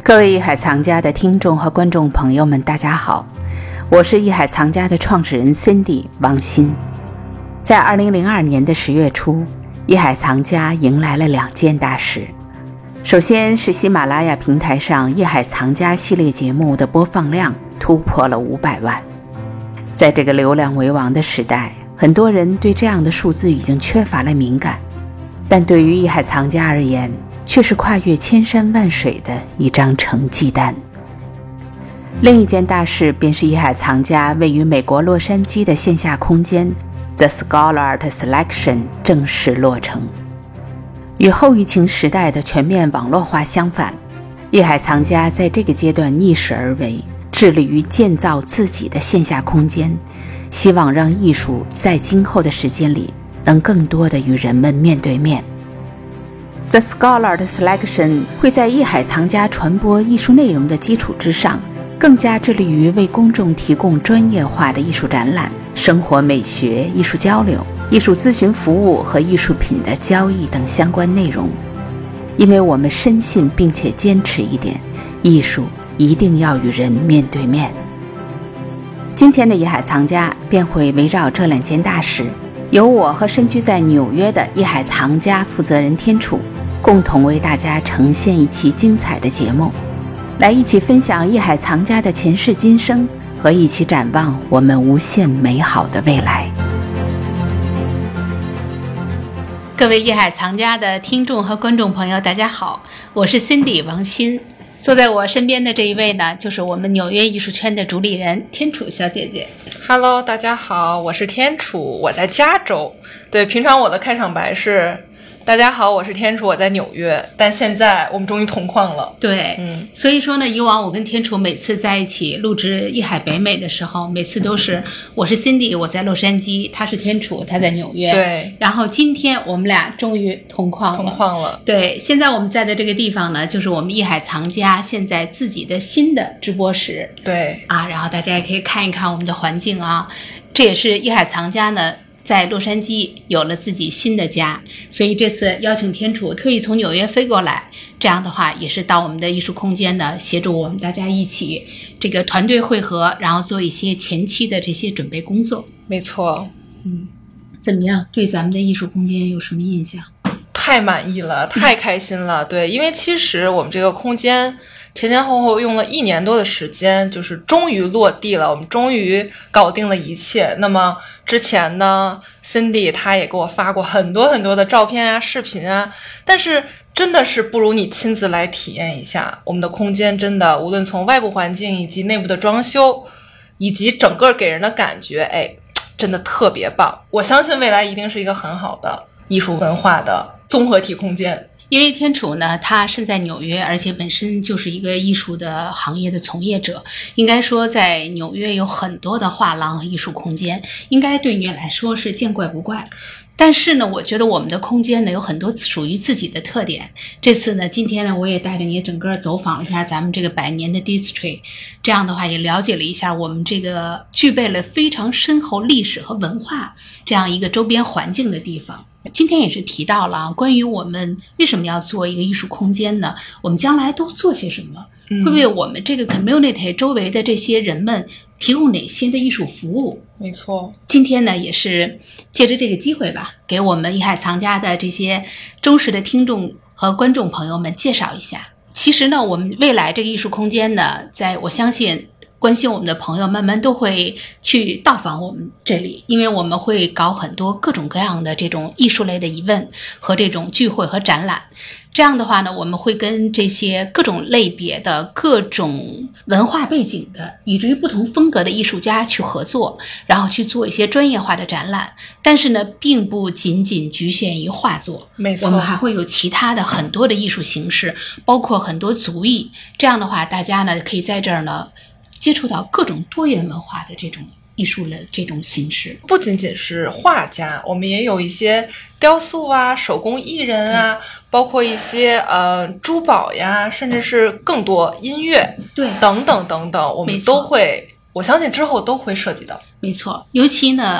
各位艺海藏家的听众和观众朋友们，大家好，我是艺海藏家的创始人 Cindy 王鑫。在2002年的10月初，艺海藏家迎来了2件大事。首先是喜马拉雅平台上艺海藏家系列节目的播放量突破了500万。在这个流量为王的时代，很多人对这样的数字已经缺乏了敏感，但对于艺海藏家而言，却是跨越千山万水的一张成绩单。另一件大事便是艺海藏家位于美国洛杉矶的线下空间 The Scholar Art Selection 正式落成。与后疫情时代的全面网络化相反，艺海藏家在这个阶段逆势而为，致力于建造自己的线下空间，希望让艺术在今后的时间里能更多地与人们面对面。The Scholar Art Selection 会在艺海藏家传播艺术内容的基础之上，更加致力于为公众提供专业化的艺术展览、生活美学、艺术交流、艺术咨询服务和艺术品的交易等相关内容。因为我们深信并且坚持一点，艺术一定要与人面对面。今天的艺海藏家便会围绕这2件大事，由我和身居在纽约的艺海藏家负责人天楚共同为大家呈现一期精彩的节目，来一起分享艺海藏家的前世今生，和一起展望我们无限美好的未来。各位艺海藏家的听众和观众朋友，大家好，我是 Cindy 王鑫。坐在我身边的这一位呢，就是我们纽约艺术圈的主理人天楚小姐姐。 Hello， 大家好，我是天楚，我在加州。对，平常我的开场白是大家好，我是天楚，我在纽约，但现在我们终于同框了。 对，所以说呢，以往我跟天楚每次在一起录制艺海北美的时候，每次都是我是 Cindy， 我在洛杉矶，他是天楚，他在纽约。 对， 然后今天我们俩终于同框了。对，现在我们在的这个地方呢，就是我们艺海藏家现在自己的新的直播室。 对啊，然后大家也可以看一看我们的环境啊，这也是艺海藏家呢在洛杉矶有了自己新的家，所以这次邀请天楚特意从纽约飞过来，这样的话也是到我们的艺术空间呢，协助我们大家一起这个团队汇合，然后做一些前期的这些准备工作。 没错。 怎么样？对咱们的艺术空间有什么印象？ 太满意了，太开心了。对，因为其实我们这个空间前后用了1年多的时间，就是终于落地了，我们终于搞定了一切。那么之前呢 Cindy 她也给我发过很多的照片啊、视频啊，但是真的是不如你亲自来体验一下我们的空间。真的无论从外部环境以及内部的装修以及整个给人的感觉，真的特别棒。我相信未来一定是一个很好的艺术文化的综合体空间。 因为天楚呢，他身在纽约，而且本身就是一个艺术的行业的从业者，应该说在纽约有很多的画廊和艺术空间，应该对你来说是见怪不怪。但是呢，我觉得我们的空间呢有很多属于自己的特点。这次呢，今天呢，我也带着你整个走访了一下咱们这个100年的 district， 这样的话也了解了一下我们这个具备了非常深厚历史和文化这样一个周边环境的地方。今天也是提到了关于我们为什么要做一个艺术空间呢？我们将来都做些什么？会为我们这个 community 周围的这些人们提供哪些的艺术服务？ 没错， 今天呢也是借着这个机会吧，给我们艺海藏家的这些忠实的听众和观众朋友们介绍一下。其实呢，我们未来这个艺术空间呢，我相信关心我们的朋友慢慢都会去到访我们这里，因为我们会搞很多各种各样的这种艺术类的event和这种聚会和展览。这样的话呢，我们会跟这些各种类别的、各种文化背景的，以至于不同风格的艺术家去合作，然后去做一些专业化的展览。但是呢，并不仅仅局限于画作， 没错， 我们还会有其他的很多的艺术形式，包括很多族裔。这样的话，大家呢可以在这儿呢接触到各种多元文化的这种艺术的这种形式。 不仅仅是画家，我们也有一些雕塑啊、手工艺人啊，包括一些珠宝呀，甚至是更多音乐， 对， 等等等等，我们都会，我相信之后都会涉及到。 没错，尤其呢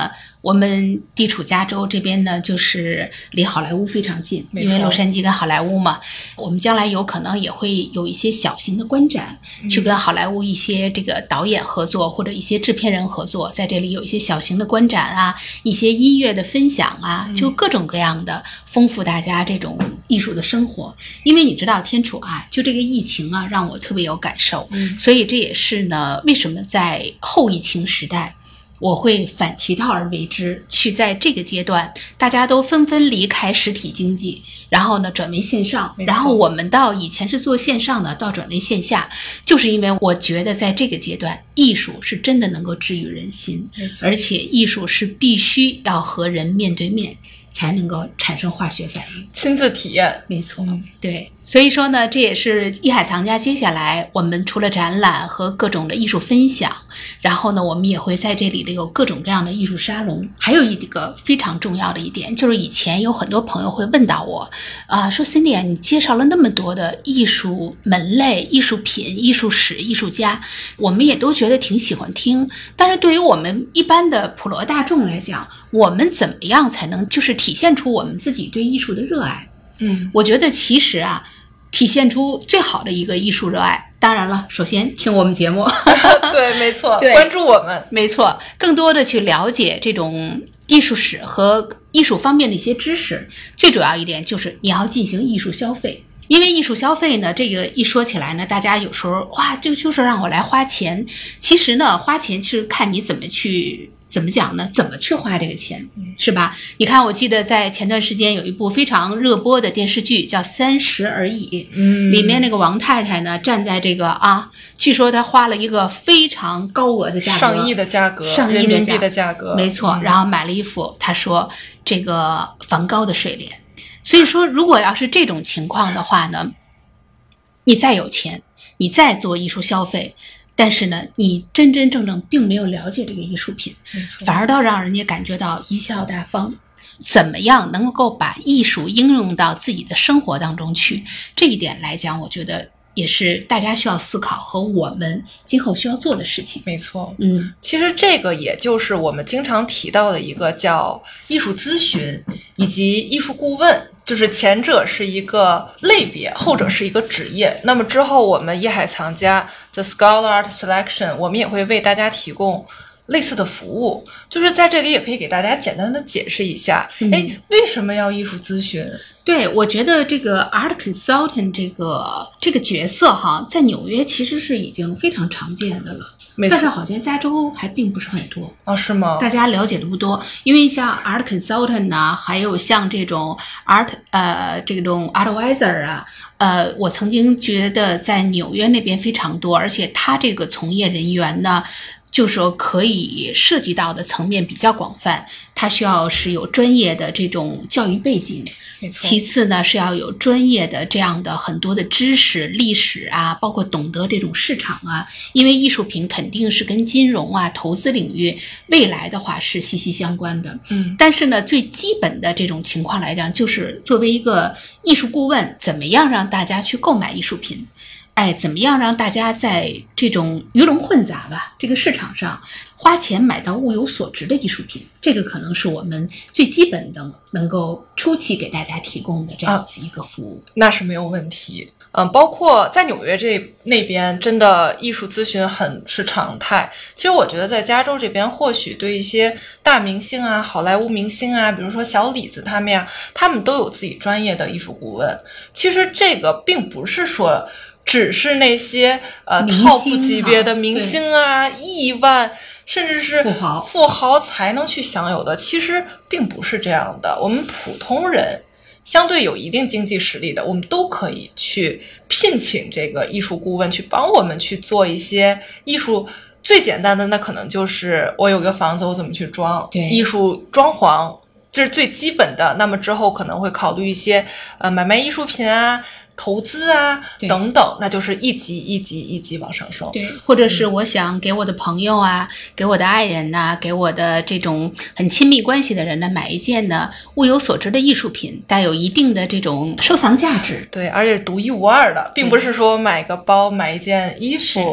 我们地处加州这边呢，就是离好莱坞非常近，因为洛杉矶跟好莱坞嘛，我们将来有可能也会有一些小型的观展，去跟好莱坞一些这个导演合作或者一些制片人合作，在这里有一些小型的观展啊，一些音乐的分享啊，就各种各样的丰富大家这种艺术的生活。因为你知道天楚啊，就这个疫情啊，让我特别有感受，所以这也是呢，为什么在后疫情时代我会反其道而为之，去在这个阶段大家都纷纷离开实体经济，然后呢转为线上，然后我们到以前是做线上的到转为线下，就是因为我觉得在这个阶段艺术是真的能够治愈人心，而且艺术是必须要和人面对面才能够产生化学反应， 亲自体验。 没错，对。所以说呢，这也是艺海藏家接下来我们除了展览和各种的艺术分享，然后呢我们也会在这里的有各种各样的艺术沙龙。还有一个非常重要的一点，就是以前有很多朋友会问到我说 Cindy 你介绍了那么多的艺术门类、艺术品、艺术史、艺术家，我们也都觉得挺喜欢听，但是对于我们一般的普罗大众来讲，我们怎么样才能就是体现出我们自己对艺术的热爱？我觉得其实啊，体现出最好的一个艺术热爱，当然了，首先听我们节目对，没错，关注我们， 没错，更多的去了解这种艺术史和艺术方面的一些知识。最主要一点就是你要进行艺术消费，因为艺术消费呢，这个一说起来呢，大家有时候哇，就是让我来花钱。其实呢，花钱是看你怎么讲呢？怎么去花这个钱，是吧？你看，我记得在前段时间有一部非常热播的电视剧叫《30而已》，里面那个王太太呢，站在这个据说她花了一个非常高额的价格， 上亿的价格，人民币的价格， 没错。然后买了一幅，她说这个梵高的睡莲。所以说，如果要是这种情况的话呢，你再有钱，你再做艺术消费，但是呢，你真真正正并没有了解这个艺术品，反而倒让人家感觉到贻笑大方。怎么样能够把艺术应用到自己的生活当中去？这一点来讲，我觉得也是大家需要思考和我们今后需要做的事情。 没错，其实这个也就是我们经常提到的一个叫艺术咨询以及艺术顾问，就是前者是一个类别，后者是一个职业。那么之后我们艺海藏家 The Scholar Art Selection 我们也会为大家提供类似的服务，就是在这里也可以给大家简单的解释一下，为什么要艺术咨询？ 对，我觉得这个 art consultant 这个角色哈，在纽约其实是已经非常常见的了，但是好像加州还并不是很多。 是吗？ 大家了解的不多，因为像 art consultant 呢，还有像这种 这种 advisor 啊，我曾经觉得在纽约那边非常多，而且他这个从业人员呢，就是说可以涉及到的层面比较广泛，他需要是有专业的这种教育背景，其次呢是要有专业的这样的很多的知识、历史啊，包括懂得这种市场啊，因为艺术品肯定是跟金融啊、投资领域未来的话是息息相关的。但是呢，最基本的这种情况来讲，就是作为一个艺术顾问，怎么样让大家去购买艺术品？怎么样让大家在这种鱼龙混杂吧这个市场上花钱买到物有所值的艺术品？这个可能是我们最基本的能够初期给大家提供的这样的一个服务。 那是没有问题。包括在纽约那边，真的艺术咨询很是常态。其实我觉得在加州这边，或许对一些大明星啊、好莱坞明星啊，比如说小李子他们呀，他们都有自己专业的艺术顾问。其实这个并不是说只是那些top 级别的明星啊、亿万甚至是富豪才能去享有的，其实并不是这样的。我们普通人相对有一定经济实力的，我们都可以去聘请这个艺术顾问去帮我们去做一些艺术。最简单的那可能就是我有个房子我怎么去装，艺术装潢，这是最基本的。那么之后可能会考虑一些买卖艺术品啊、投资啊等等，那就是一级一级一级往上升。 对，或者是我想给我的朋友啊、给我的爱人啊、给我的这种很亲密关系的人呢，买一件呢物有所值的艺术品，带有一定的这种收藏价值。 对，而且独一无二的，并不是说买个包、买一件衣服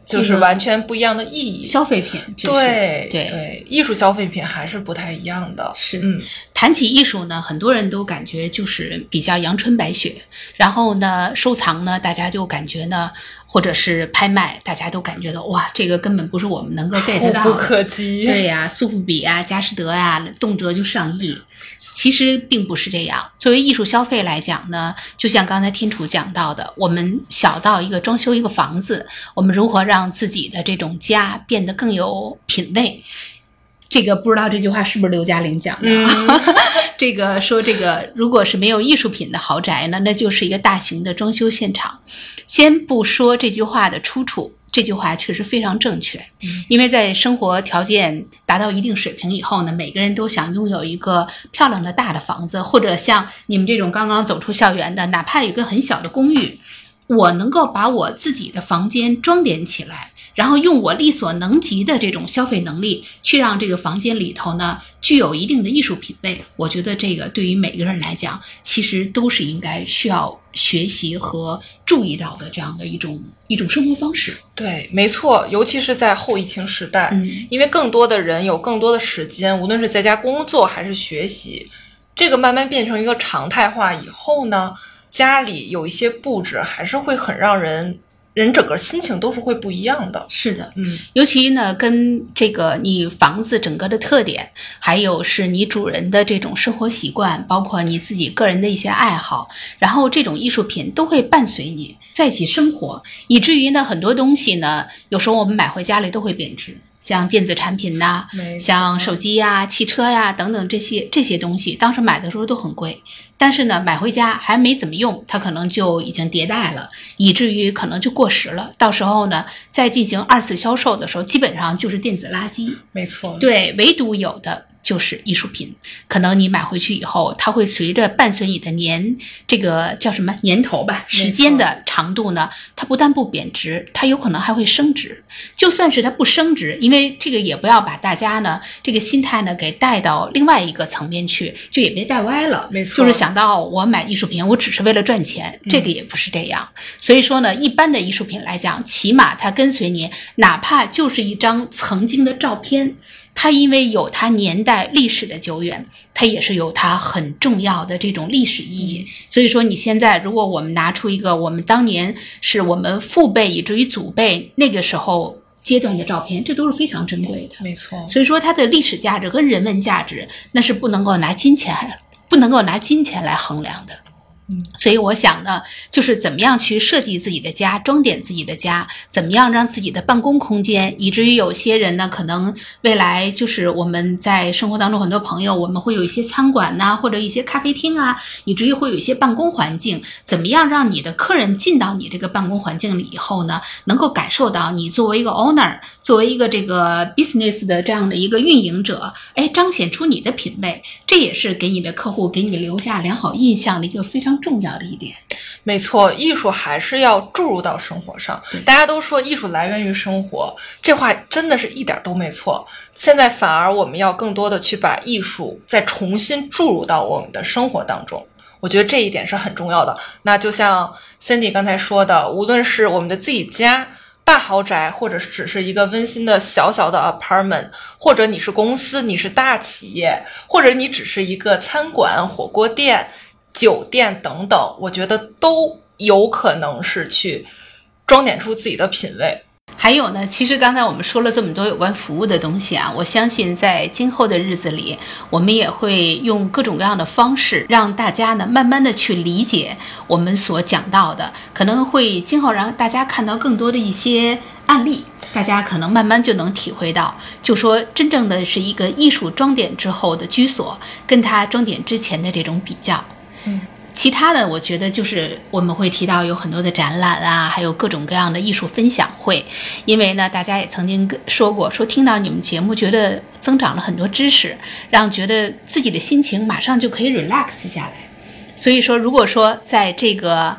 就是完全不一样的意义。 消费品， 对，艺术消费品还是不太一样的。 是，谈起艺术呢，很多人都感觉就是比较阳春白雪，然后呢，收藏呢，大家就感觉呢，或者是拍卖，大家都感觉到哇，这个根本不是我们能够 get 到的， 触不可及。 对呀，苏富比啊，佳士得呀，动辄就上亿。其实并不是这样。作为艺术消费来讲呢，就像刚才天楚讲到的，我们小到一个装修一个房子，我们如何让自己的这种家变得更有品味。这个不知道这句话是不是刘嘉玲讲的啊？这个说这个如果是没有艺术品的豪宅呢，那就是一个大型的装修现场。先不说这句话的出处，这句话确实非常正确，因为在生活条件达到一定水平以后呢，每个人都想拥有一个漂亮的大的房子，或者像你们这种刚刚走出校园的，哪怕有一个很小的公寓，我能够把我自己的房间装点起来，然后用我力所能及的这种消费能力去让这个房间里头呢具有一定的艺术品味。我觉得这个对于每个人来讲，其实都是应该需要学习和注意到的这样的一种生活方式。 对，没错，尤其是在后疫情时代，因为更多的人有更多的时间，无论是在家工作还是学习，这个慢慢变成一个常态化以后呢，家里有一些布置还是会很让人整个心情都是会不一样的。 是的，尤其呢跟这个你房子整个的特点，还有是你主人的这种生活习惯，包括你自己个人的一些爱好，然后这种艺术品都会伴随你在一起生活，以至于呢很多东西呢，有时候我们买回家里都会贬值。像电子产品呐，像手机呀、汽车呀等等这些东西，当时买的时候都很贵，但是呢买回家还没怎么用，它可能就已经迭代了，以至于可能就过时了。到时候呢再进行二次销售的时候，基本上就是电子垃圾。 没错， 对，唯独有的就是艺术品，可能你买回去以后，它会随着伴随你的这个叫什么年头吧，时间的长度呢，它不但不贬值，它有可能还会升值。就算是它不升值，因为这个也不要把大家呢这个心态呢给带到另外一个层面去，就也别带歪了。 没错， 就是想到我买艺术品，我只是为了赚钱，这个也不是这样。所以说呢，一般的艺术品来讲，起码它跟随你，哪怕就是一张曾经的照片。它因为有它年代历史的久远，它也是有它很重要的这种历史意义。所以说你现在如果我们拿出一个我们当年是我们父辈以至于祖辈那个时候阶段的照片，这都是非常珍贵的。 没错， 所以说它的历史价值跟人文价值那是不能够拿金钱来衡量的。所以我想呢，就是怎么样去设计自己的家，装点自己的家，怎么样让自己的办公空间，以至于有些人呢，可能未来就是我们在生活当中很多朋友，我们会有一些餐馆呐，或者一些咖啡厅啊，以至于会有一些办公环境，怎么样让你的客人进到你这个办公环境里以后呢，能够感受到你作为一个 owner， 作为一个这个 business 的这样的一个运营者，彰显出你的品味，这也是给你的客户给你留下良好印象的一个非常重要的一点。 没错，艺术还是要注入到生活上。大家都说艺术来源于生活，这话真的是一点都没错。现在反而我们要更多的去把艺术再重新注入到我们的生活当中，我觉得这一点是很重要的。那就像 Cindy 刚才说的，无论是我们的自己家大豪宅，或者只是一个温馨的小小的 apartment， 或者你是公司，你是大企业，或者你只是一个餐馆、火锅店、酒店等等，我觉得都有可能是去装点出自己的品味。 还有呢，其实刚才我们说了这么多有关服务的东西啊，我相信在今后的日子里，我们也会用各种各样的方式让大家呢慢慢的去理解我们所讲到的，可能会今后让大家看到更多的一些案例，大家可能慢慢就能体会到，就说真正的是一个艺术装点之后的居所跟它装点之前的这种比较。其他的我觉得就是我们会提到有很多的展览啊，还有各种各样的艺术分享会。因为呢大家也曾经说过，说听到你们节目觉得增长了很多知识，让觉得自己的心情马上就可以 relax 下来。所以说如果说在这个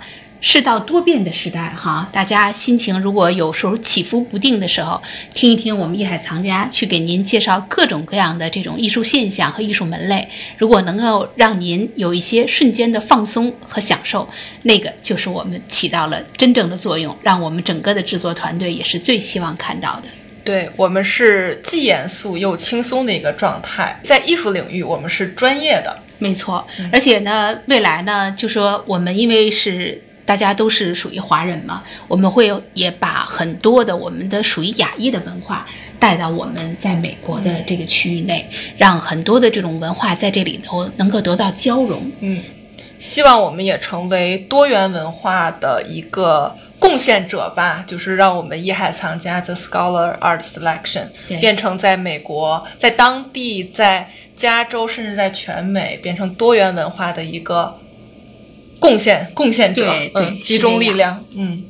世道多变的时代哈，大家心情如果有时候起伏不定的时候，听一听我们艺海藏家去给您介绍各种各样的这种艺术现象和艺术门类，如果能够让您有一些瞬间的放松和享受，那个就是我们起到了真正的作用，让我们整个的制作团队也是最希望看到的。 对，我们是既严肃又轻松的一个状态，在艺术领域我们是专业的， 没错。而且呢，未来呢，就说我们因为是大家都是属于华人嘛，我们会也把很多的我们的属于亚裔的文化带到我们在美国的这个区域内，让很多的这种文化在这里头能够得到交融。 希望我们也成为多元文化的一个贡献者吧，就是让我们艺海藏家 The Scholar Art Selection 变成在美国、在当地、在加州，甚至在全美变成多元文化的一个贡献者， 对， 集中力量。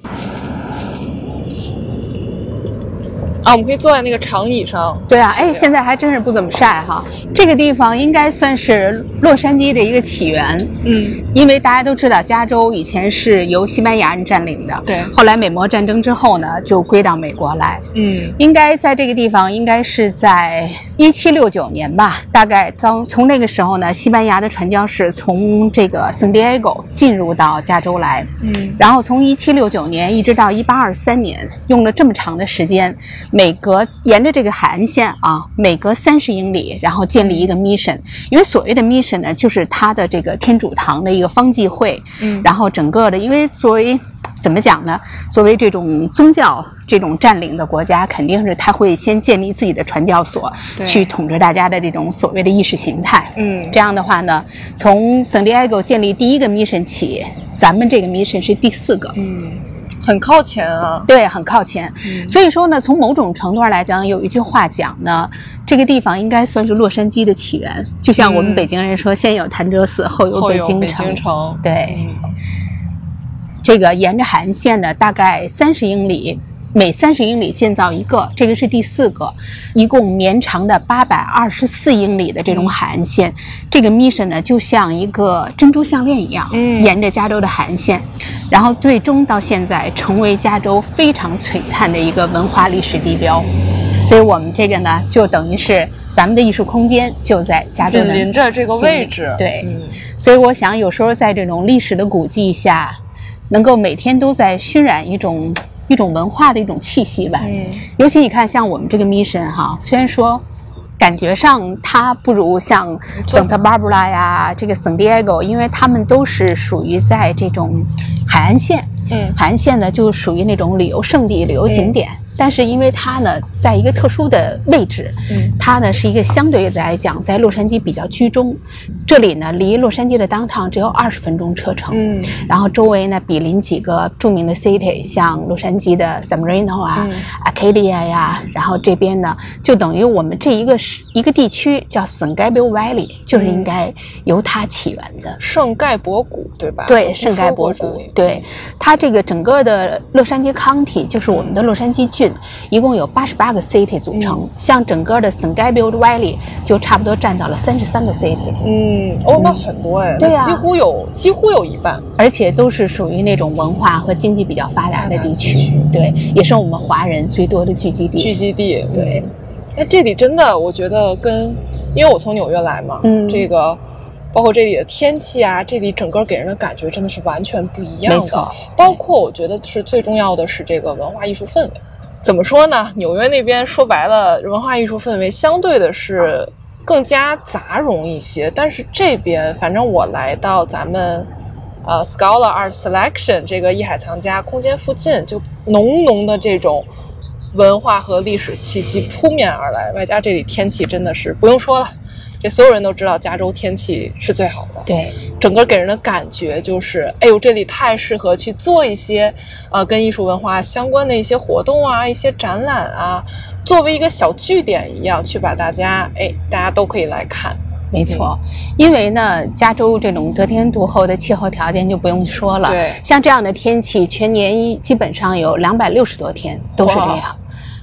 我们可以坐在那个长椅上。 对啊，现在还真是不怎么晒哈。这个地方应该算是洛杉矶的一个起源。因为大家都知道，加州以前是由西班牙人占领的， 对。 后来美墨战争之后呢，就归到美国来。应该在这个地方，应该是在1769年吧，大概从那个时候呢，西班牙的传教士从这个圣地亚哥进入到加州来。然后从1769年一直到1823年，用了这么长的时间。每隔沿着这个海岸线啊，每隔30英里，然后建立一个 mission。因为所谓的 mission 呢，就是它的这个天主堂的一个方济会。然后整个的，因为作为怎么讲呢？作为这种宗教这种占领的国家，肯定是他会先建立自己的传教所，去统治大家的这种所谓的意识形态。这样的话呢，从圣地亚哥建立第一个 mission 起，咱们这个 mission 是第4个。 很靠前啊， 对，很靠前。所以说呢，从某种程度上来讲，有一句话讲呢，这个地方应该算是洛杉矶的起源。就像我们北京人说，先有潭柘寺，后有北京城。对，这个沿着海岸线呢，大概30英里。每30英里建造一个，这个是第4个，一共绵长的824英里的这种海岸线。这个 mission 呢，就像一个珍珠项链一样，沿着加州的海岸线，然后最终到现在成为加州非常璀璨的一个文化历史地标。所以我们这个呢，就等于是咱们的艺术空间就在加州紧邻着这个位置。 对，所以我想有时候在这种历史的古迹下，能够每天都在熏染一种文化的一种气息吧。尤其你看像我们这个 mission 哈，虽然说感觉上它不如像 Santa Barbara 呀，这个 San Diego， 因为他们都是属于在这种海岸线。海岸线呢就属于那种旅游胜地、旅游景点。但是因为它呢在一个特殊的位置，它呢是一个相对来讲在洛杉矶比较居中，这里呢离洛杉矶的 downtown 只有20分钟车程。然后周围呢比邻几个著名的 city， 像洛杉矶的 San Marino 啊、Arcadia 呀，然后这边呢就等于我们这一个地区叫 San Gabriel Valley， 就是应该由它起源的。 圣盖博谷对吧？ 对，圣盖博谷。对，它这个整个的洛杉矶 County 就是我们的洛杉矶郡，一共有88个 city 组成。像整个的 San Gabriel Valley 就差不多占到了33个 city。 那很多对啊， 几乎有一半， 而且都是属于那种文化和经济比较发达的地区。对，也是我们华人最多的聚集地。对， 那这里真的，我觉得因为我从纽约来嘛，这个包括这里的天气啊，这里整个给人的感觉真的是完全不一样的。 没错， 包括我觉得是最重要的是这个文化艺术氛围。怎么说呢？纽约那边说白了，文化艺术氛围相对的是更加杂糅一些，但是这边反正我来到咱们Scholar Art Selection 这个艺海藏家空间附近，就浓浓的这种文化和历史气息扑面而来，外加这里天气真的是不用说了，这所有人都知道加州天气是最好的。 对， 整个给人的感觉就是哎呦，这里太适合去做一些跟艺术文化相关的一些活动啊，一些展览啊，作为一个小据点一样去把大家都可以来看。 没错，因为呢，加州这种得天独厚的气候条件就不用说了。 对， 像这样的天气，全年基本上有260多天都是这样。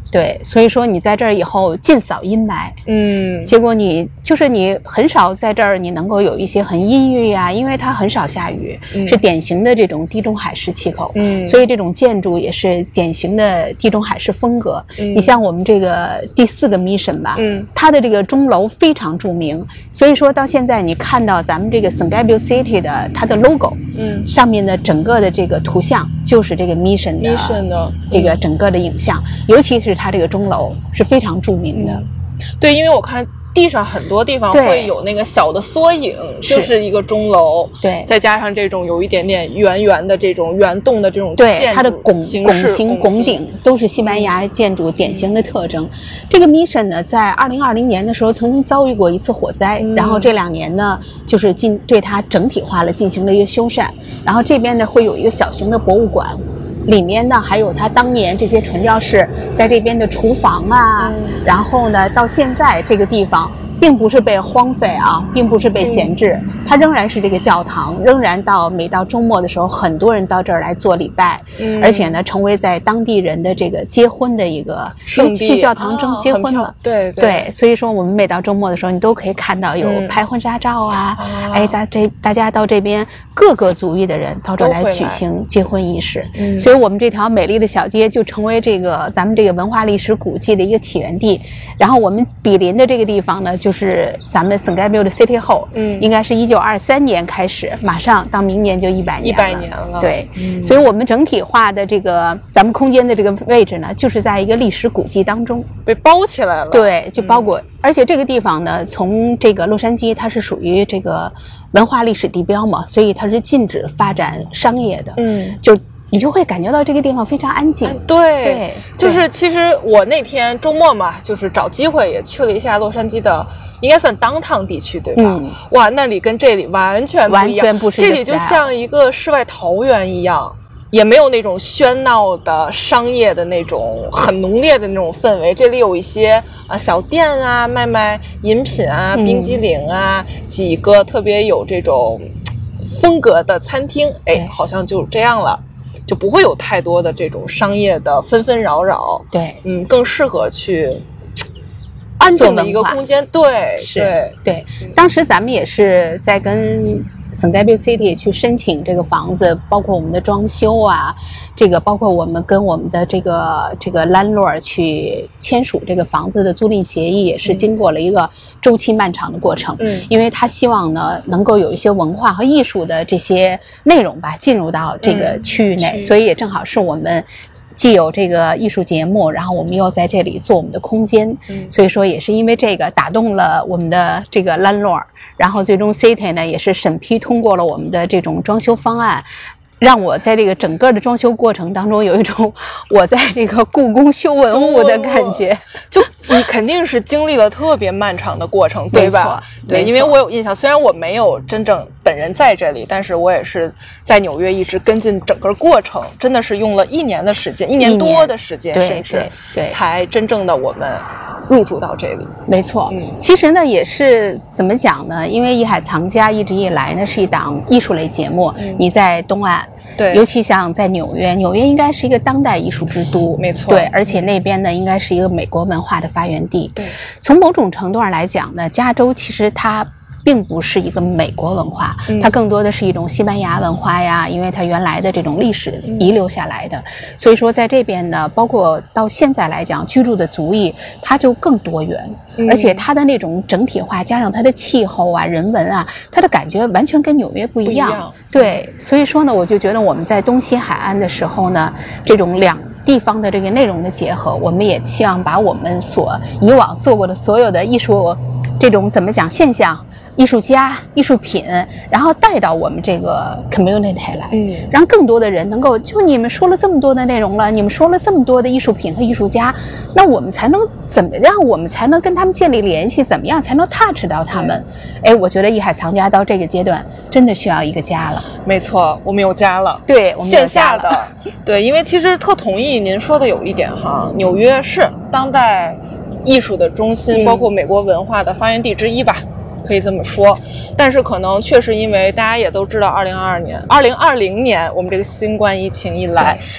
对，所以说你在这儿以后尽扫阴霾，结果你很少在这儿你能够有一些很阴郁啊，因为它很少下雨，是典型的这种地中海式气候，所以这种建筑也是典型的地中海式风格。你像我们这个第4个 mission 吧，它的这个钟楼非常著名，所以说到现在你看到咱们这个 San Gabriel City 的它的 logo，上面的整个的这个图像就是这个 mission 的这个整个的影像，尤其是它这个钟楼是非常著名的。 对，因为我看地上很多地方会有那个小的缩影，就是一个钟楼， 对， 再加上这种有一点点圆圆的这种圆洞的这种对，它的拱形拱顶都是西班牙建筑典型的特征。这个 mission 呢，在2020年的时候曾经遭遇过一次火灾，然后这2年呢，就是对它整体化了进行了一个修缮，然后这边呢会有一个小型的博物馆。里面呢还有他当年这些传教士在这边的厨房啊，然后呢到现在这个地方并不是被荒废啊，并不是被闲置，它仍然是这个教堂，仍然每到周末的时候，很多人到这儿来做礼拜，而且呢，成为在当地人的这个结婚的一个圣地，去教堂中结婚嘛，对，所以说我们每到周末的时候，你都可以看到有拍婚纱照啊，大家到这边各个族裔的人到这儿来举行结婚仪式，所以我们这条美丽的小街就成为这个咱们这个文化历史古迹的一个起源地。然后我们毗邻的这个地方呢，就是咱们 San Gabriel 的 City Hall，应该是1923年开始，马上到明年就100年了。对，所以我们整体化的这个咱们空间的这个位置呢，就是在一个历史古迹当中被包起来了。 对，就包裹，而且这个地方呢，从这个洛杉矶它是属于这个文化历史地标嘛，所以它是禁止发展商业的。你就会感觉到这个地方非常安静。 对，就是其实我那天周末嘛，就是找机会也去了一下洛杉矶的，应该算downtown地区，对吧？哇，那里跟这里完全不一样， 不是这里就像一个世外桃源一样，也没有那种喧闹的商业的那种很浓烈的那种氛围。这里有一些小店啊，卖饮品啊、冰激凌啊，几个特别有这种风格的餐厅，好像就这样了。就不会有太多的这种商业的纷纷扰扰， 对， 更适合去安静的一个空间，对。 当时咱们也是在跟San Gabriel City 去申请这个房子，包括我们的装修啊，这个包括我们跟我们的这个 landlord 去签署这个房子的租赁协议，也是经过了一个周期漫长的过程。因为他希望呢能够有一些文化和艺术的这些内容吧进入到这个区域内，所以也正好是我们既有这个艺术节目，然后我们又在这里做我们的空间，所以说也是因为这个打动了我们的这个 landlord， 然后最终 City 呢也是审批通过了我们的这种装修方案，让我在这个整个的装修过程当中有一种我在这个故宫修文物的感觉。 就你肯定是经历了特别漫长的过程，对吧？对，因为我有印象，虽然我没有真正本人在这里，但是我也是在纽约一直跟进整个过程，真的是用了1年的时间，1年多的时间，甚至才真正的我们入住到这里。 没错，其实呢也是怎么讲呢？因为艺海藏家一直以来呢是一档艺术类节目，你在东岸， 对， 尤其像在纽约应该是一个当代艺术之都， 没错， 对，而且那边呢应该是一个美国文化的发源地。 对， 从某种程度上来讲呢，加州其实它并不是一个美国文化，它更多的是一种西班牙文化呀，因为它原来的这种历史遗留下来的，所以说在这边呢，包括到现在来讲居住的族裔它就更多元，而且它的那种整体化加上它的气候啊、人文啊，它的感觉完全跟纽约不一样。对，所以说呢，我就觉得我们在东西海岸的时候呢，这种两地方的这个内容的结合，我们也希望把我们以往做过的所有的艺术这种怎么讲现象、艺术家、艺术品，然后带到我们这个 community 来，让更多的人能够，就你们说了这么多的内容了，你们说了这么多的艺术品和艺术家，那我们才能怎么样？我们才能跟他们建立联系？怎么样才能 touch 到他们？我觉得艺海藏家到这个阶段真的需要一个家了。 没错，我们有家了。 对，我们有家了。 线下的，对，因为其实特同意您说的有一点哈，纽约是当代艺术的中心，包括美国文化的发源地之一吧。可以这么说，但是可能确实因为大家也都知道2020年我们这个新冠疫情一来，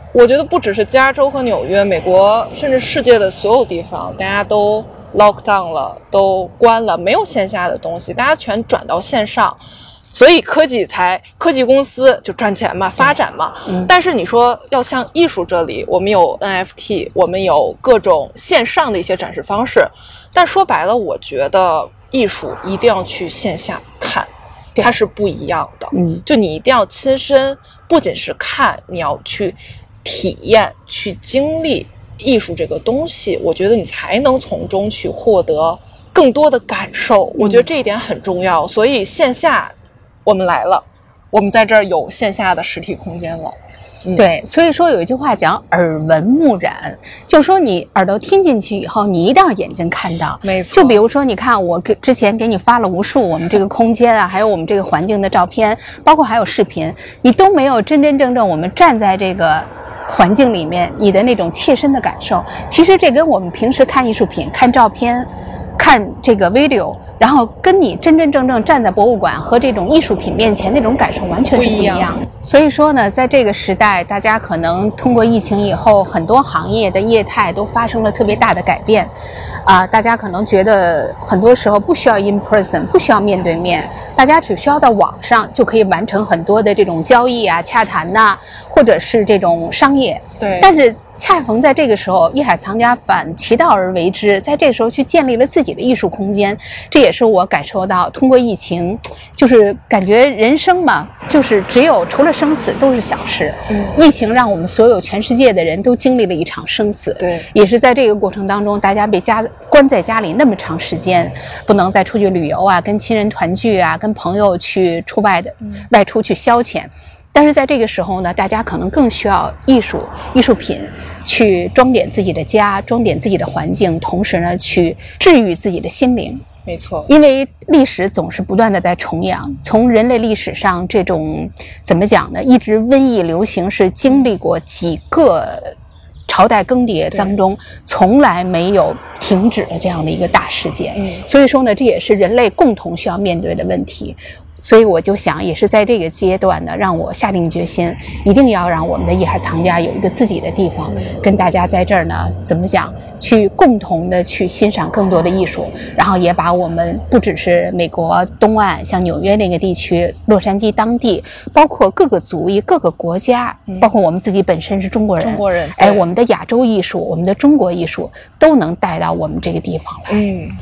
我觉得不只是加州和纽约，美国甚至世界的所有地方，大家都 lock down 了，都关了，没有线下的东西，大家全转到线上。所以科技公司就赚钱嘛，发展嘛。但是你说要像艺术这里，我们有 NFT， 我们有各种线上的一些展示方式，但说白了，我觉得艺术一定要去线下看，它是不一样的。就你一定要亲身，不仅是看，你要去体验、去经历艺术这个东西，我觉得你才能从中去获得更多的感受。我觉得这一点很重要。所以线下我们来了，我们在这儿有线下的实体空间了。 对，所以说有一句话讲耳闻目染，就是说你耳朵听进去以后，你一定要眼睛看到。 没错。 就比如说你看我之前给你发了无数我们这个空间啊，还有我们这个环境的照片，包括还有视频，你都没有真真正正我们站在这个环境里面你的那种切身的感受。其实这跟我们平时看艺术品、看照片、看这个 video， 然后跟你真真正正站在博物馆和这种艺术品面前那种感受完全是不一样。所以说呢，在这个时代，大家可能通过疫情以后，很多行业的业态都发生了特别大的改变。大家可能觉得很多时候不需要 in person， 不需要面对面，大家只需要在网上就可以完成很多的这种交易啊、洽谈呐，或者是这种商业。 对。 但是恰逢在这个时候，艺海藏家反其道而为之，在这时候去建立了自己的艺术空间。这也是我感受到，通过疫情，就是感觉人生嘛，就是除了生死都是小事。疫情让我们所有全世界的人都经历了一场生死。 对， 也是在这个过程当中，大家被关在家里那么长时间，不能再出去旅游啊，跟亲人团聚啊，跟朋友去外出去消遣。但是在这个时候呢，大家可能更需要艺术品去装点自己的家，装点自己的环境，同时呢去治愈自己的心灵。 没错。 因为历史总是不断的在重演，从人类历史上这种怎么讲呢，一直瘟疫流行是经历过几个朝代更迭当中从来没有停止的这样的一个大事件。所以说呢，这也是人类共同需要面对的问题。所以我就想，也是在这个阶段呢，让我下定决心，一定要让我们的艺海藏家有一个自己的地方，跟大家在这儿呢，怎么讲，去共同的去欣赏更多的艺术，然后也把我们不只是美国东岸，像纽约那个地区、洛杉矶当地，包括各个族裔、各个国家，包括我们自己本身是中国人，我们的亚洲艺术、我们的中国艺术都能带到我们这个地方来。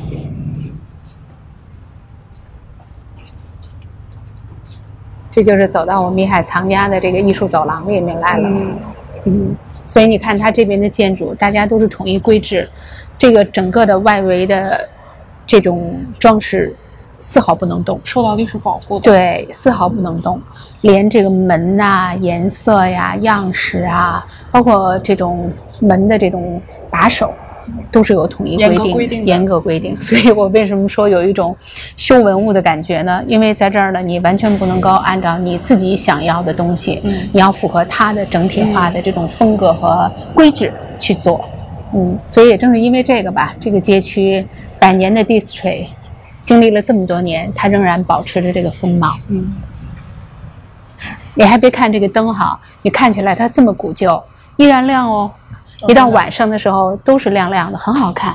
这就是走到我们艺海藏家的这个艺术走廊里面来了。所以你看它这边的建筑，大家都是统一规制，这个整个的外围的这种装饰丝毫不能动， 受到历史保护的。 对，丝毫不能动，连这个门啊、颜色呀、样式啊，包括这种门的这种把手，都是有统一严格规定。所以我为什么说有一种修文物的感觉呢？因为在这儿呢，你完全不能够按照你自己想要的东西，你要符合它的整体化的这种风格和规制去做。所以也正是因为这个吧，这个街区100年的 district 经历了这么多年，它仍然保持着这个风貌。你还别看这个灯哈，你看起来它这么古旧，依然亮哦。一到晚上的时候都是亮亮的，很好看。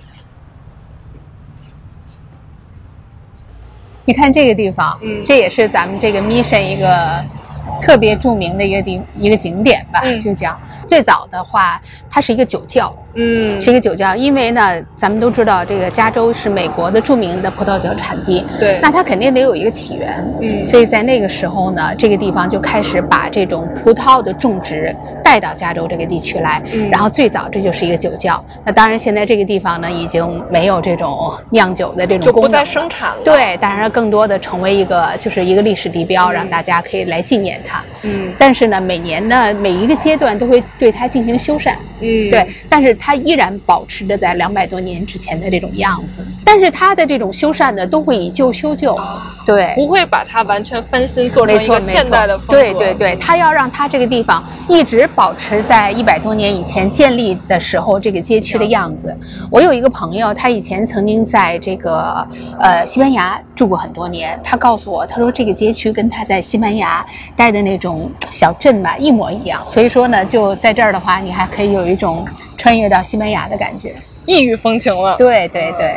你看这个地方，这也是咱们这个 Mission 一个特别著名的一个景点吧，就讲最早的话，它是一个酒窖。是一个酒窖，因为呢，咱们都知道这个加州是美国的著名的葡萄酒产地， 对， 那它肯定得有一个起源，所以在那个时候呢，这个地方就开始把这种葡萄的种植带到加州这个地区来，然后最早这就是一个酒窖。那当然，现在这个地方呢，已经没有这种酿酒的这种功能， 就不再生产了。 对，当然更多的成为一个历史地标，让大家可以来纪念它。但是呢，每年呢，每一个阶段都会对它进行修缮。对，但是它依然保持着在200多年之前的这种样子，但是它的这种修缮呢，都会以旧修旧，对， 不会把它完全翻新做成一个现代的风格。 对对对，它要让它这个地方一直保持在100多年以前建立的时候这个街区的样子。我有一个朋友，他以前曾经在这个西班牙住过很多年，他告诉我，他说这个街区跟他在西班牙待的那种小镇吧一模一样。所以说呢，就在这儿的话，你还可以有一种穿越到西班牙的感觉， 异域风情了。 对对对。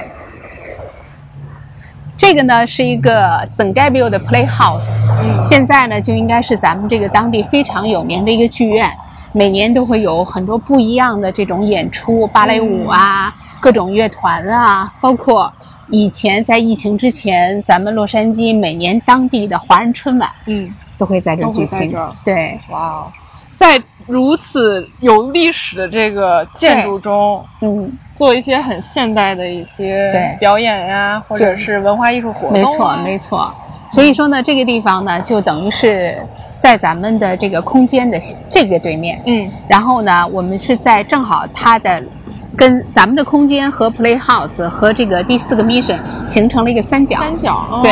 这个呢是一个 San Gabriel 的 Playhouse，现在呢就应该是咱们这个当地非常有名的一个剧院，每年都会有很多不一样的这种演出，芭蕾舞啊，各种乐团啊，包括以前在疫情之前，咱们洛杉矶每年当地的华人春晚，都会在这儿举行。对， 哇哦，在如此有历史的这个建筑中，做一些很现代的一些表演呀，或者是文化艺术活动。 没错没错。所以说呢，这个地方呢，就等于是在咱们的这个空间的这个对面，然后呢，我们是在正好它的跟咱们的空间和 Playhouse 和这个第4个 Mission 形成了一个三角。对。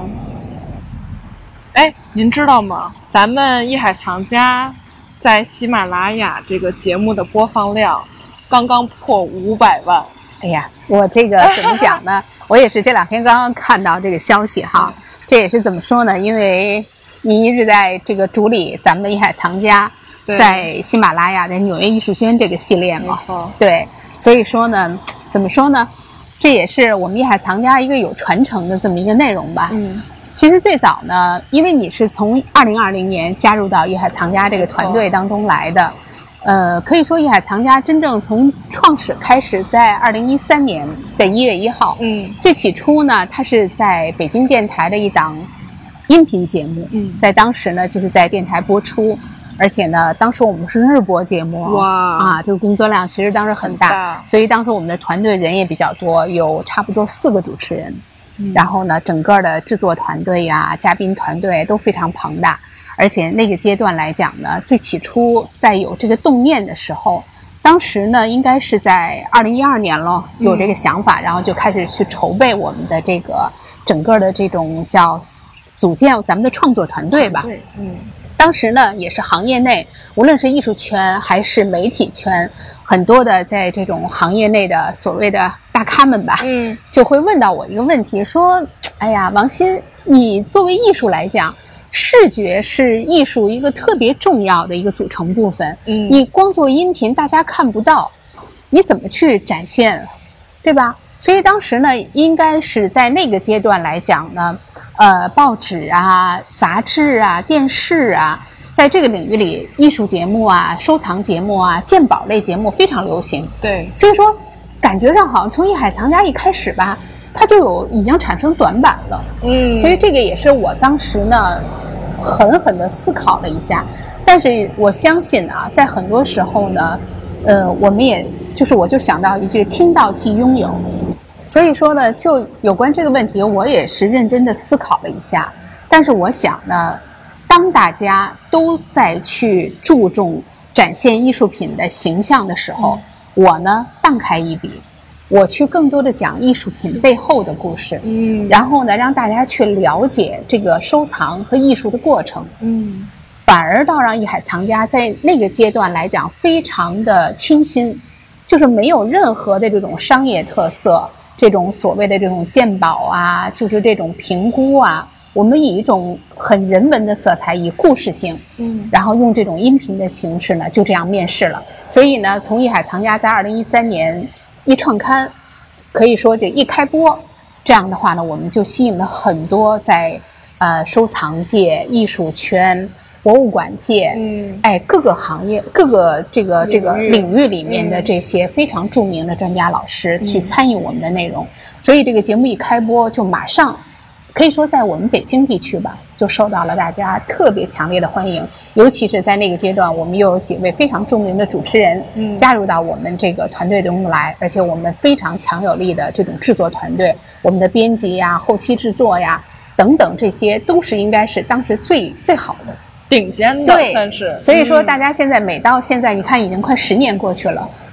哎，您知道吗？咱们艺海藏家在喜马拉雅这个节目的播放量刚刚破500万。 哎呀，我这个怎么讲呢？我也是这2天刚刚看到这个消息哈。这也是怎么说呢？因为你一直在这个主理咱们艺海藏家在喜马拉雅的纽约艺术圈这个系列嘛，对，所以说呢，怎么说呢？这也是我们艺海藏家一个有传承的这么一个内容吧。其实最早呢，因为你是从2020年加入到艺海藏家这个团队当中来的，可以说艺海藏家真正从创始开始在2013年的1月1号，最起初呢，它是在北京电台的一档音频节目，在当时呢就是在电台播出，而且呢，当时我们是日播节目，哇，这个工作量其实当时很大，所以当时我们的团队人也比较多，有差不多4个主持人。然后呢，整个的制作团队呀、嘉宾团队都非常庞大，而且那个阶段来讲呢，最起初在有这个动念的时候，当时呢应该是在2012年了，有这个想法，然后就开始去筹备我们的这个整个的这种叫组建咱们的创作团队吧。当时呢也是行业内，无论是艺术圈还是媒体圈，很多的在这种行业内的所谓的大咖们吧，就会问到我一个问题，说哎呀，王鑫，你作为艺术来讲，视觉是艺术一个特别重要的一个组成部分，你光做音频大家看不到，你怎么去展现，对吧？所以当时呢，应该是在那个阶段来讲呢，报纸啊、杂志啊、电视啊，在这个领域里，艺术节目啊、收藏节目啊、鉴宝类节目非常流行。 对， 所以说感觉上好像从艺海藏家一开始吧，它就已经产生短板了。所以这个也是我当时呢狠狠地思考了一下。但是我相信啊，在很多时候呢，我们也就是我就想到一句：听到即拥有。所以说呢，就有关这个问题，我也是认真的思考了一下。但是我想呢，当大家都在去注重展现艺术品的形象的时候，我呢荡开一笔，我去更多的讲艺术品背后的故事，然后呢让大家去了解这个收藏和艺术的过程，反而倒让艺海藏家在那个阶段来讲非常的清新，就是没有任何的这种商业特色，这种所谓的这种鉴宝啊，就是这种评估啊，我们以一种很人文的色彩，以故事性，然后用这种音频的形式呢，就这样面世了。所以呢，从艺海藏家在2013年一创刊，可以说这一开播，这样的话呢，我们就吸引了很多在收藏界、艺术圈、博物馆界，各个行业、各个这个领域里面的这些非常著名的专家老师去参与我们的内容，所以这个节目一开播就马上。可以说在我们北京地区吧，就受到了大家特别强烈的欢迎，尤其是在那个阶段，我们又有几位非常著名的主持人加入到我们这个团队中来，而且我们非常强有力的这种制作团队，我们的编辑呀、后期制作呀等等，这些都是应该是当时最好的、 顶尖的，算是。 所以说大家现在每到现在，你看已经快10年过去了，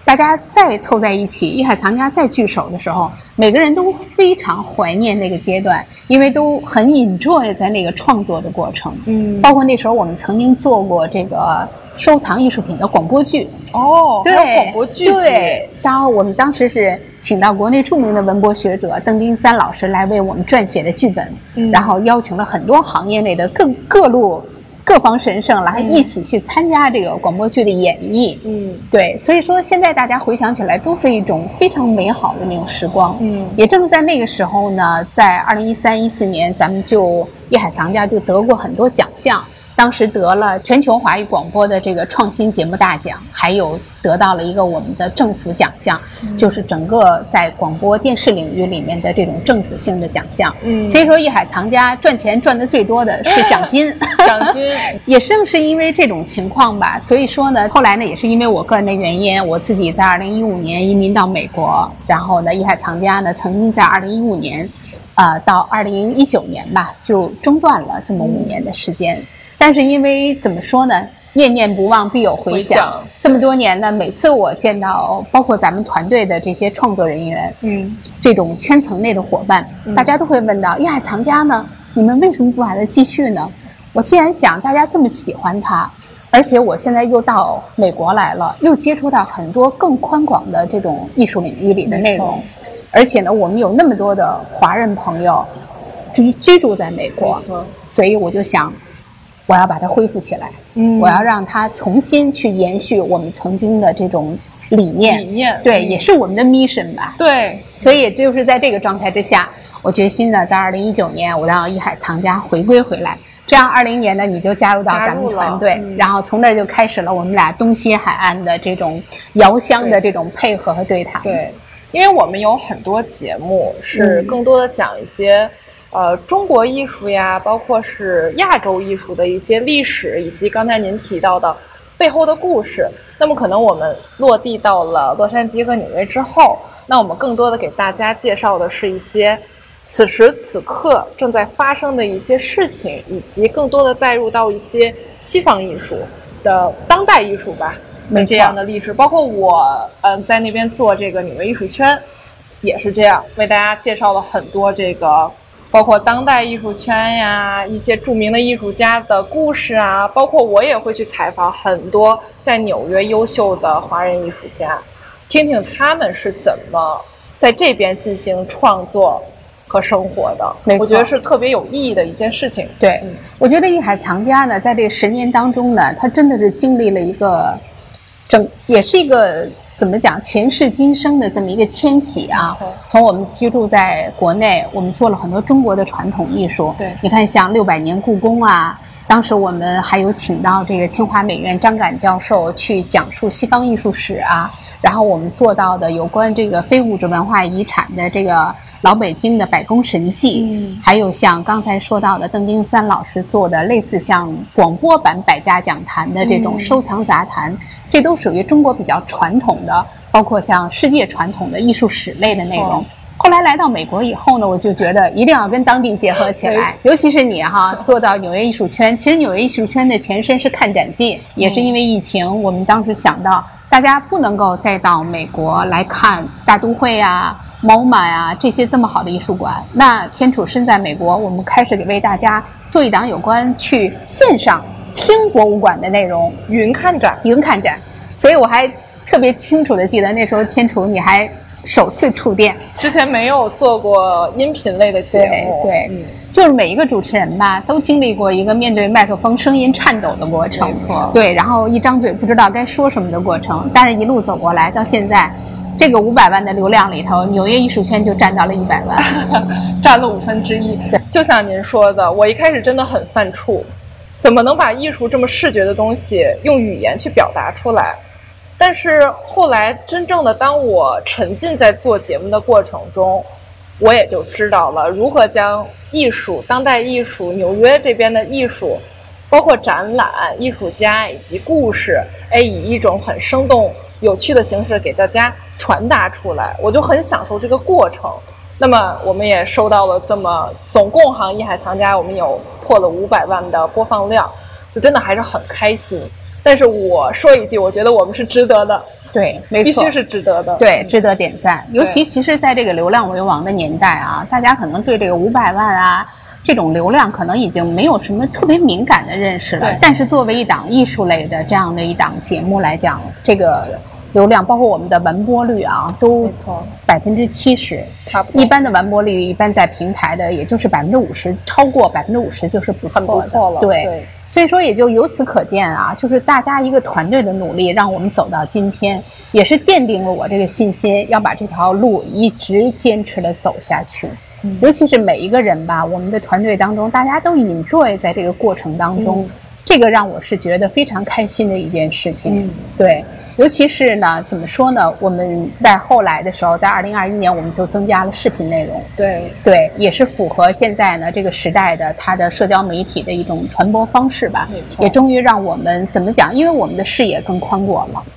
大家再凑在一起，艺海藏家再聚首的时候，每个人都非常怀念那个阶段，因为都很 enjoy 在那个创作的过程。包括那时候我们曾经做过这个收藏艺术品的广播剧。 对，还有广播剧集。 对，我们当时是请到国内著名的文博学者邓丁三老师来为我们撰写的剧本，然后邀请了很多行业内的各方神圣来一起去参加这个广播剧的演绎。对，所以说现在大家回想起来都是一种非常美好的那种时光。也正是在那个时候呢，在2013-14年，咱们就艺海藏家就得过很多奖项。当时得了全球华语广播的这个创新节目大奖，还有得到了一个我们的政府奖项，就是整个在广播电视领域里面的这种政府性的奖项。所以说艺海藏家赚钱赚得最多的是奖金。 奖金也正是因为这种情况吧，所以说呢，后来呢也是因为我个人的原因，我自己在2015年移民到美国，然后呢艺海藏家呢曾经在2015年到2019年吧就中断了这么5年的时间。但是因为怎么说呢，念念不忘必有回响。这么多年呢，每次我见到包括咱们团队的这些创作人员，这种圈层内的伙伴，大家都会问到艺海藏家呢，你们为什么不把它继续呢？我既然想大家这么喜欢它，而且我现在又到美国来了，又接触到很多更宽广的这种艺术领域里的内容，而且呢我们有那么多的华人朋友居住在美国，所以我就想我要把它恢复起来，我要让它重新去延续我们曾经的这种理念，对，也是我们的 mission 吧。 对， 所以也就是在这个状态之下，我决心呢，在2019年我让艺海藏家回归回来，这样20年呢你就加入到咱们团队，然后从那儿就开始了我们俩东西海岸的这种遥相的这种配合和对谈。 对，因为我们有很多节目是更多的讲一些中国艺术呀，包括是亚洲艺术的一些历史，以及刚才您提到的背后的故事。那么可能我们落地到了洛杉矶和纽约之后，那我们更多的给大家介绍的是一些此时此刻正在发生的一些事情，以及更多的带入到一些西方艺术的当代艺术吧这样的历史。包括我在那边做这个纽约艺术圈也是这样，为大家介绍了很多这个包括当代艺术圈呀，一些著名的艺术家的故事啊，包括我也会去采访很多在纽约优秀的华人艺术家，听听他们是怎么在这边进行创作和生活的。我觉得是特别有意义的一件事情。 对，我觉得艺海藏家呢，在这10年当中呢，他真的是经历了一个也是一个怎么讲前世今生的这么一个迁徙啊。从我们居住在国内，我们做了很多中国的传统艺术。 对， 你看像600年故宫啊，当时我们还有请到这个清华美院张敢教授去讲述西方艺术史啊。然后我们做到的有关这个非物质文化遗产的这个老北京的百工神迹，还有像刚才说到的邓丁三老师做的类似像广播版百家讲坛的这种收藏杂谈，这都属于中国比较传统的，包括像世界传统的艺术史类的内容。后来来到美国以后呢，我就觉得一定要跟当地结合起来，尤其是你做到纽约艺术圈。其实纽约艺术圈的前身是看展季，也是因为疫情，我们当时想到大家不能够再到美国来看大都会啊、MoMA 啊这些这么好的艺术馆，那天楚身在美国，我们开始为大家做一档有关去线上听博物馆的内容，云看展。所以我还特别清楚的记得那时候天楚你还首次触电， 之前没有做过音频类的节目。 对，就是每一个主持人吧都经历过一个面对麦克风声音颤抖的过程。 没错， 对，然后一张嘴不知道该说什么的过程，但是一路走过来到现在，这个500万的流量里头，纽约艺术圈就占到了100万， 占了1/5。对，就像您说的，我一开始真的很犯怵，怎么能把艺术这么视觉的东西用语言去表达出来？但是后来真正的当我沉浸在做节目的过程中，我也就知道了如何将艺术、当代艺术、纽约这边的艺术，包括展览、艺术家以及故事，以一种很生动有趣的形式给大家传达出来，我就很享受这个过程。那么我们也收到了这么总共艺海藏家我们有破了500万的播放量，就真的还是很开心。但是我说一句，我觉得我们是值得的， 对，没错， 必须是值得的， 对，值得点赞。尤其其实在这个流量为王的年代啊，大家可能对这个500万啊这种流量可能已经没有什么特别敏感的认识了。但是作为一档艺术类的这样的一档节目来讲，这个流量包括我们的完播率啊，都70%， 差不多。 一般的完播率，一般在平台的也就是50%，超过50%就是不错的， 很不错了。 对，所以说也就由此可见啊，就是大家一个团队的努力，让我们走到今天，也是奠定了我这个信心，要把这条路一直坚持的走下去。尤其是每一个人吧，我们的团队当中，大家都 enjoy 在这个过程当中，这个让我是觉得非常开心的一件事情。对。尤其是呢，怎么说呢？我们在后来的时候，在2021年，我们就增加了视频内容。对，也是符合现在呢这个时代的它的社交媒体的一种传播方式吧。也终于让我们怎么讲？因为我们的视野更宽广了，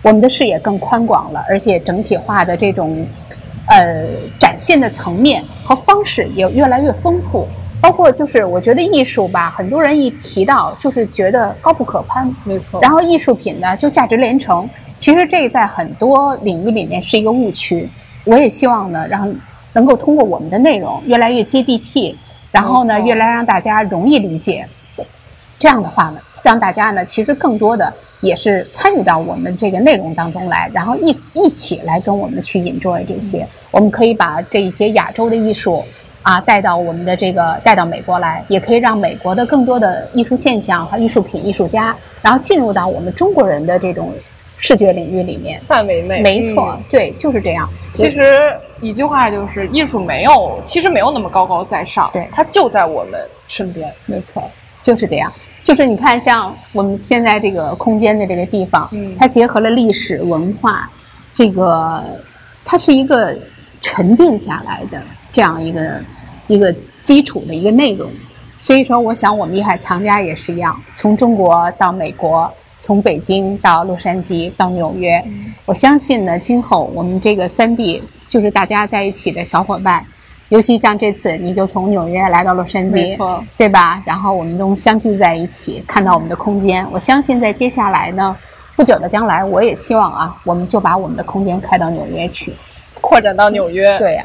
而且整体化的这种展现的层面和方式也越来越丰富。包括就是我觉得艺术吧，很多人一提到就是觉得高不可攀， 没错。 然后艺术品呢就价值连城，其实这在很多领域里面是一个误区。我也希望呢，能够通过我们的内容越来越接地气，然后呢越来让大家容易理解。这样的话呢，让大家呢其实更多的也是参与到我们这个内容当中来，然后一起来跟我们去 enjoy 这些。我们可以把这一些亚洲的艺术带到我们的带到美国来，也可以让美国的更多的艺术现象和艺术品、艺术家，然后进入到我们中国人的这种视觉领域里面范围内。 没错，对，就是这样。 其实一句话就是，艺术其实没有那么高高在上， 对， 它就在我们身边。 没错，就是这样。就是你看，像我们现在这个空间的这个地方，它结合了历史文化，它是一个沉淀下来的这样一个基础的一个内容。所以说我想我们艺海藏家也是一样，从中国到美国，从北京到洛杉矶到纽约，我相信呢今后我们这个3地就是大家在一起的小伙伴，尤其像这次你就从纽约来到洛杉矶， 没错， 对吧？然后我们都相聚在一起，看到我们的空间。我相信在接下来呢不久的将来，我也希望我们就把我们的空间开到纽约去， 扩展到纽约。 对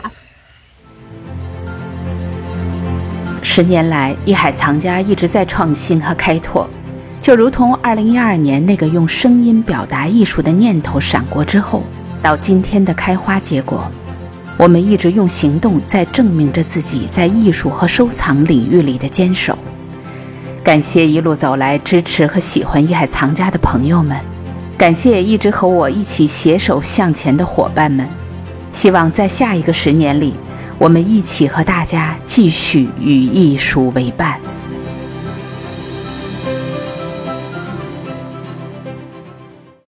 10年来，艺海藏家一直在创新和开拓，就如同2012年那个用声音表达艺术的念头闪过之后，到今天的开花结果，我们一直用行动在证明着自己在艺术和收藏领域里的坚守。感谢一路走来支持和喜欢艺海藏家的朋友们，感谢一直和我一起携手向前的伙伴们。希望在下一个10年里，我们一起和大家继续与艺术为伴。